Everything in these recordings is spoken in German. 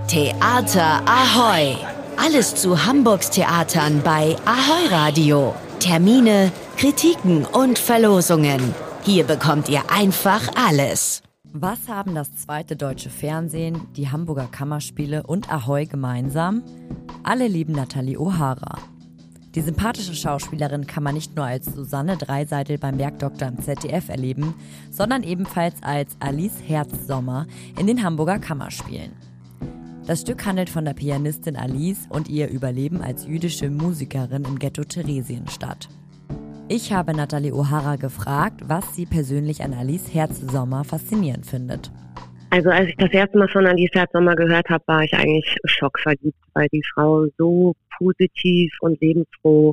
Theater Ahoi. Alles zu Hamburgs Theatern bei Ahoi Radio. Termine, Kritiken und Verlosungen. Hier bekommt ihr einfach alles. Was haben das zweite deutsche Fernsehen, die Hamburger Kammerspiele und Ahoi gemeinsam? Alle lieben Natalie O'Hara. Die sympathische Schauspielerin kann man nicht nur als Susanne Dreiseitel beim Bergdoktor im ZDF erleben, sondern ebenfalls als Alice Herzsommer in den Hamburger Kammerspielen. Das Stück handelt von der Pianistin Alice und ihr Überleben als jüdische Musikerin im Ghetto Theresienstadt. Ich habe Natalie O'Hara gefragt, was sie persönlich an Alice Herzsommer faszinierend findet. Also als ich das erste Mal von Alice Herzsommer gehört habe, war ich eigentlich schockverliebt, weil die Frau so positiv und lebensfroh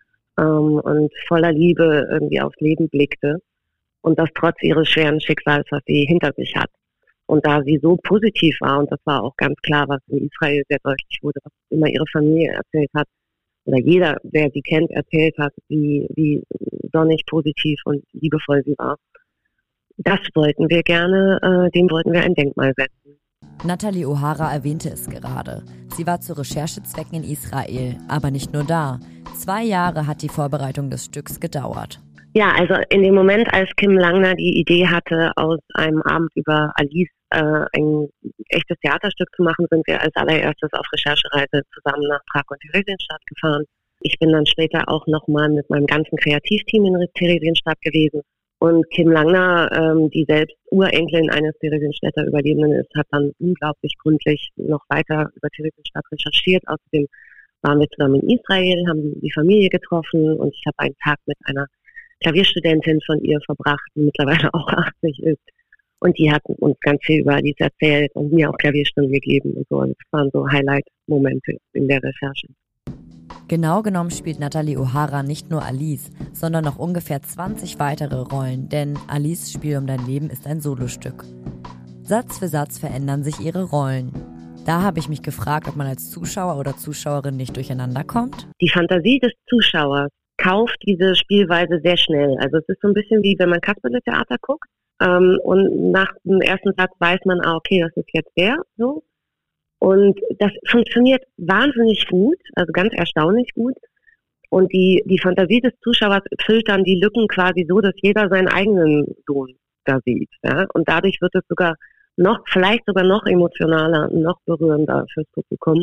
und voller Liebe irgendwie aufs Leben blickte und das trotz ihres schweren Schicksals, was sie hinter sich hat. Und da sie so positiv war, und das war auch ganz klar, was in Israel sehr deutlich wurde, was immer ihre Familie erzählt hat, oder jeder, der sie kennt, erzählt hat, wie sonnig, positiv und liebevoll sie war. Das wollten wir gerne, dem wollten wir ein Denkmal setzen. Natalie O'Hara erwähnte es gerade. Sie war zu Recherchezwecken in Israel, aber nicht nur da. 2 Jahre hat die Vorbereitung des Stücks gedauert. Ja, also in dem Moment, als Kim Langner die Idee hatte, aus einem Abend über Alice ein echtes Theaterstück zu machen, sind wir als allererstes auf Recherchereise zusammen nach Prag und Theresienstadt gefahren. Ich bin dann später auch nochmal mit meinem ganzen Kreativteam in Theresienstadt gewesen. Und Kim Langner, die selbst Urenkelin eines Theresienstädter Überlebenden ist, hat dann unglaublich gründlich noch weiter über Theresienstadt recherchiert. Außerdem waren wir zusammen in Israel, haben die Familie getroffen und ich habe einen Tag mit einer Klavierstudentin von ihr verbracht, die mittlerweile auch 80 ist. Und die hatten uns ganz viel über Alice erzählt und mir auch Klavierstunden gegeben und so. Und das waren so Highlight-Momente in der Recherche. Genau genommen spielt Natalie O'Hara nicht nur Alice, sondern noch ungefähr 20 weitere Rollen, denn Alice Spiel um dein Leben ist ein Solostück. Satz für Satz verändern sich ihre Rollen. Da habe ich mich gefragt, ob man als Zuschauer oder Zuschauerin nicht durcheinander kommt. Die Fantasie des Zuschauers kauft diese Spielweise sehr schnell. Also es ist so ein bisschen wie, wenn man Kasperle-Theater guckt und nach dem ersten Satz weiß man, okay, das ist jetzt der, so. Und das funktioniert wahnsinnig gut, also ganz erstaunlich gut. Und die Fantasie des Zuschauers füllt dann die Lücken quasi so, dass jeder seinen eigenen Sohn da sieht. Ja? Und dadurch wird es vielleicht sogar noch emotionaler, noch berührender fürs Publikum,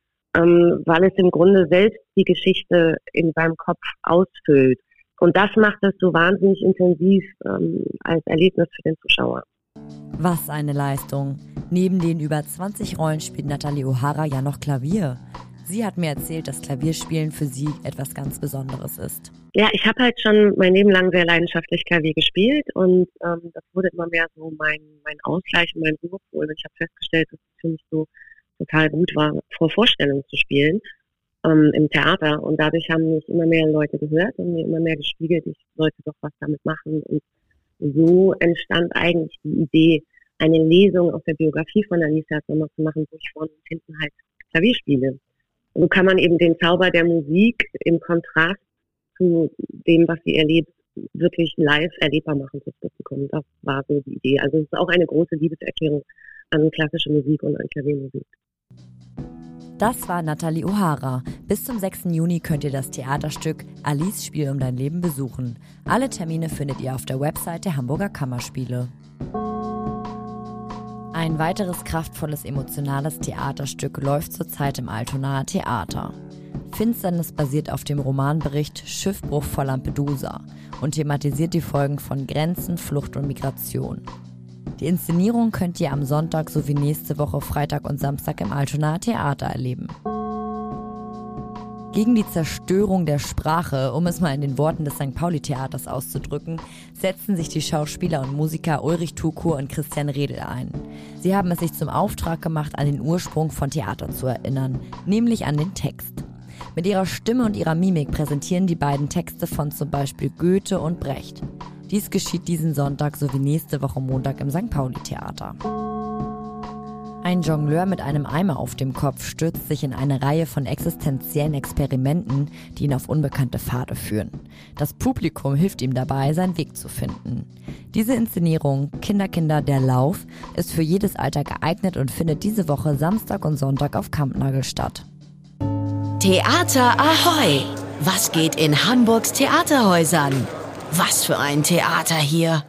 weil es im Grunde selbst die Geschichte in seinem Kopf ausfüllt. Und das macht es so wahnsinnig intensiv als Erlebnis für den Zuschauer. Was eine Leistung. Neben den über 20 Rollen spielt Natalie O'Hara ja noch Klavier. Sie hat mir erzählt, dass Klavierspielen für sie etwas ganz Besonderes ist. Ja, ich habe halt schon mein Leben lang sehr leidenschaftlich Klavier gespielt und das wurde immer mehr so mein Ausgleich und mein Ruhepol. Und ich habe festgestellt, dass es für mich so total gut war, vor Vorstellungen zu spielen im Theater. Und dadurch haben mich immer mehr Leute gehört und mir immer mehr gespiegelt, ich sollte doch was damit machen. Und so entstand eigentlich die Idee, eine Lesung aus der Biografie von Alice Herzsommer zu machen, wo ich vorne und hinten halt Klavier spiele. Und so kann man eben den Zauber der Musik im Kontrast zu dem, was sie erlebt, wirklich live erlebbar machen fürs Publikum. Das war so die Idee. Also es ist auch eine große Liebeserklärung an klassische Musik und an Klaviermusik. Das war Natalie O'Hara. Bis zum 6. Juni könnt ihr das Theaterstück Alice Spiel um dein Leben besuchen. Alle Termine findet ihr auf der Website der Hamburger Kammerspiele. Ein weiteres kraftvolles, emotionales Theaterstück läuft zurzeit im Altonaer Theater. Finsternis basiert auf dem Romanbericht Schiffbruch vor Lampedusa und thematisiert die Folgen von Grenzen, Flucht und Migration. Die Inszenierung könnt ihr am Sonntag sowie nächste Woche Freitag und Samstag im Altonaer Theater erleben. Gegen die Zerstörung der Sprache, um es mal in den Worten des St. Pauli-Theaters auszudrücken, setzen sich die Schauspieler und Musiker Ulrich Tukur und Christian Redl ein. Sie haben es sich zum Auftrag gemacht, an den Ursprung von Theater zu erinnern, nämlich an den Text. Mit ihrer Stimme und ihrer Mimik präsentieren die beiden Texte von zum Beispiel Goethe und Brecht. Dies geschieht diesen Sonntag sowie nächste Woche Montag im St. Pauli-Theater. Ein Jongleur mit einem Eimer auf dem Kopf stürzt sich in eine Reihe von existenziellen Experimenten, die ihn auf unbekannte Pfade führen. Das Publikum hilft ihm dabei, seinen Weg zu finden. Diese Inszenierung Kinder, der Lauf ist für jedes Alter geeignet und findet diese Woche Samstag und Sonntag auf Kampnagel statt. Theater Ahoi! Was geht in Hamburgs Theaterhäusern? Was für ein Theater hier!